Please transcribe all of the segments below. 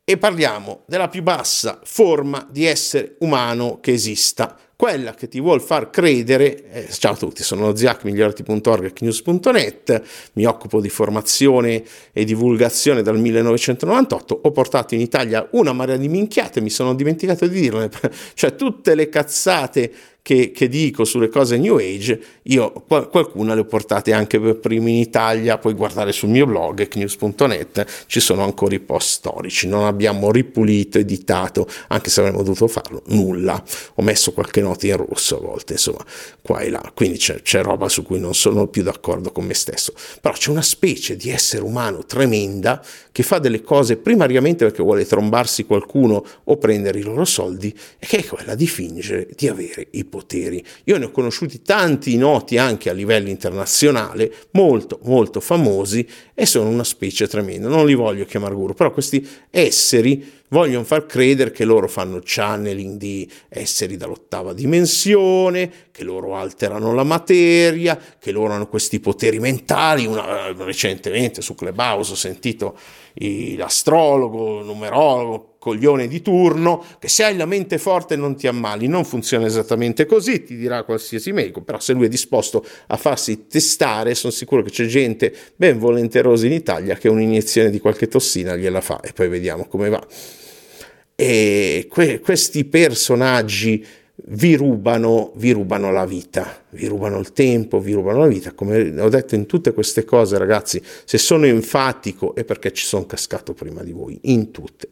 e parliamo della più bassa forma di essere umano che esista, quella che ti vuol far credere, ciao a tutti, sono lo Ziac, migliorati.org e knews.net, mi occupo di formazione e divulgazione dal 1998, ho portato in Italia una marea di minchiate, mi sono dimenticato di dirle, cioè tutte le cazzate che dico sulle cose New Age, io qualcuna le ho portate anche per primi in Italia, puoi guardare sul mio blog knews.net, ci sono ancora i post storici, non abbiamo ripulito, editato, anche se avremmo dovuto farlo, nulla, ho messo qualche nota in rosso a volte, insomma, qua e là, quindi c'è roba su cui non sono più d'accordo con me stesso, però c'è una specie di essere umano tremenda che fa delle cose primariamente perché vuole trombarsi qualcuno o prendere i loro soldi, e che è quella di fingere di avere i poteri. Io ne ho conosciuti tanti noti anche a livello internazionale, molto molto famosi, e sono una specie tremenda, non li voglio chiamare guru, però questi esseri vogliono far credere che loro fanno channeling di esseri dall'ottava dimensione, che loro alterano la materia, che loro hanno questi poteri mentali. Recentemente su Clubhouse ho sentito l'astrologo, il numerologo, coglione di turno, che se hai la mente forte non ti ammali. Non funziona esattamente così, ti dirà qualsiasi medico, però se lui è disposto a farsi testare, sono sicuro che c'è gente ben volenterosa in Italia che un'iniezione di qualche tossina gliela fa, e poi vediamo come va. E questi personaggi vi rubano la vita, vi rubano il tempo, vi rubano la vita. Come ho detto in tutte queste cose, ragazzi, se sono enfatico è perché ci sono cascato prima di voi, in tutte.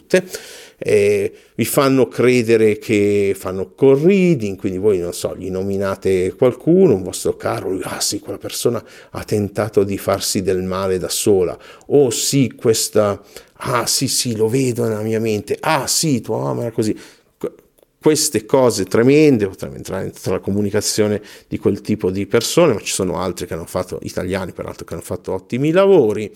Vi fanno credere che fanno corriding, quindi voi, non so, gli nominate qualcuno, un vostro caro, sì, quella persona ha tentato di farsi del male da sola, o sì, questa, sì, lo vedo nella mia mente, sì, tua mamma era così. Queste cose tremende, potremmo entrare in tutta la comunicazione di quel tipo di persone, ma ci sono altri che hanno fatto, italiani peraltro, che hanno fatto ottimi lavori.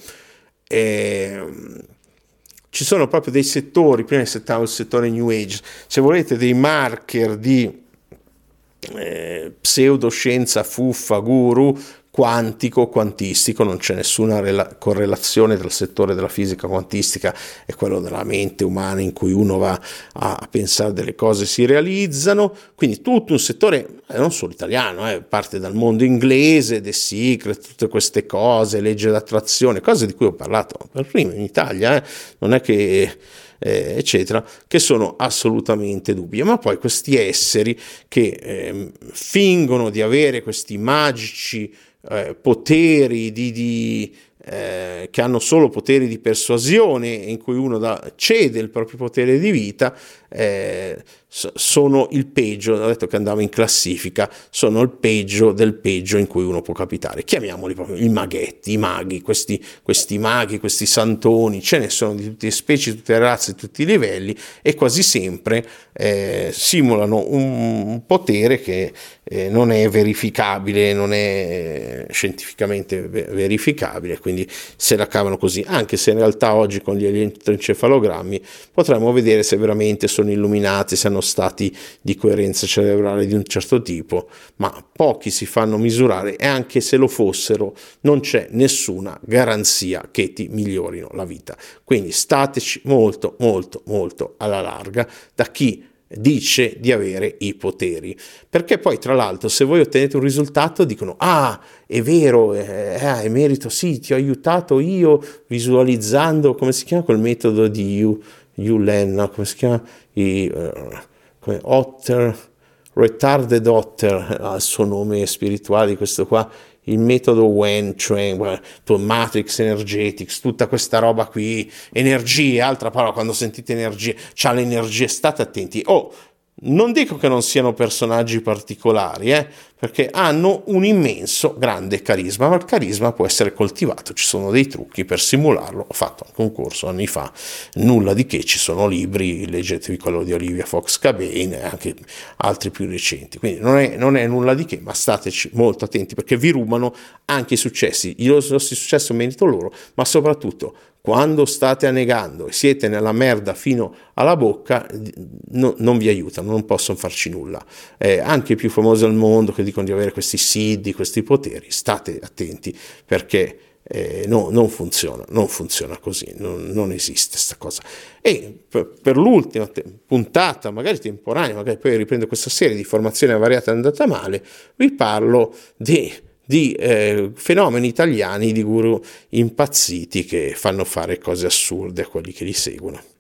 Ci sono proprio dei settori, prima citavo il settore New Age, se volete dei marker di pseudoscienza fuffa, guru, quantico, quantistico, non c'è nessuna correlazione tra il settore della fisica quantistica e quello della mente umana, in cui uno va a pensare delle cose si realizzano, quindi tutto un settore non solo italiano, parte dal mondo inglese, The Secret, tutte queste cose, legge d'attrazione, cose di cui ho parlato per primo in Italia, non è che eccetera, che sono assolutamente dubbie. Ma poi questi esseri che fingono di avere questi magici poteri che hanno solo poteri di persuasione, in cui uno cede il proprio potere di vita, sono il peggio. Ho detto che andavo in classifica, sono il peggio del peggio in cui uno può capitare. Chiamiamoli proprio i maghetti, i maghi, questi maghi, questi santoni, ce ne sono di tutte le specie, tutte le razze, tutti i livelli, e quasi sempre simulano un potere che non è verificabile, non è scientificamente verificabile, quindi se la cavano così, anche se in realtà oggi con gli elettroencefalogrammi potremmo vedere se veramente sono illuminati, se hanno stati di coerenza cerebrale di un certo tipo, ma pochi si fanno misurare, e anche se lo fossero non c'è nessuna garanzia che ti migliorino la vita. Quindi stateci molto molto molto alla larga da chi dice di avere i poteri, perché poi tra l'altro se voi ottenete un risultato dicono è vero, è merito, sì, ti ho aiutato io visualizzando, come si chiama quel metodo di Len, no? Come si chiama? Retarded Otter, il suo nome spirituale di questo qua, il metodo Wen, cioè Matrix Energetics, tutta questa roba qui, energie, altra parola, quando sentite energie, c'ha le energie, state attenti. Non dico che non siano personaggi particolari, perché hanno un immenso, grande carisma, ma il carisma può essere coltivato, ci sono dei trucchi per simularlo. Ho fatto anche un corso anni fa, nulla di che, ci sono libri, leggetevi quello di Olivia Fox Cabane e anche altri più recenti, quindi non è nulla di che, ma stateci molto attenti, perché vi rubano anche i successi. I vostri successi merito loro, ma soprattutto quando state annegando e siete nella merda fino alla bocca, non vi aiutano, non possono farci nulla. Anche i più famosi al mondo che dicono di avere questi SID, questi poteri, state attenti, perché non funziona così, non esiste sta cosa. E per l'ultima puntata, magari temporanea, magari poi riprendo questa serie di formazione variata andata male, vi parlo di fenomeni italiani, di guru impazziti che fanno fare cose assurde a quelli che li seguono.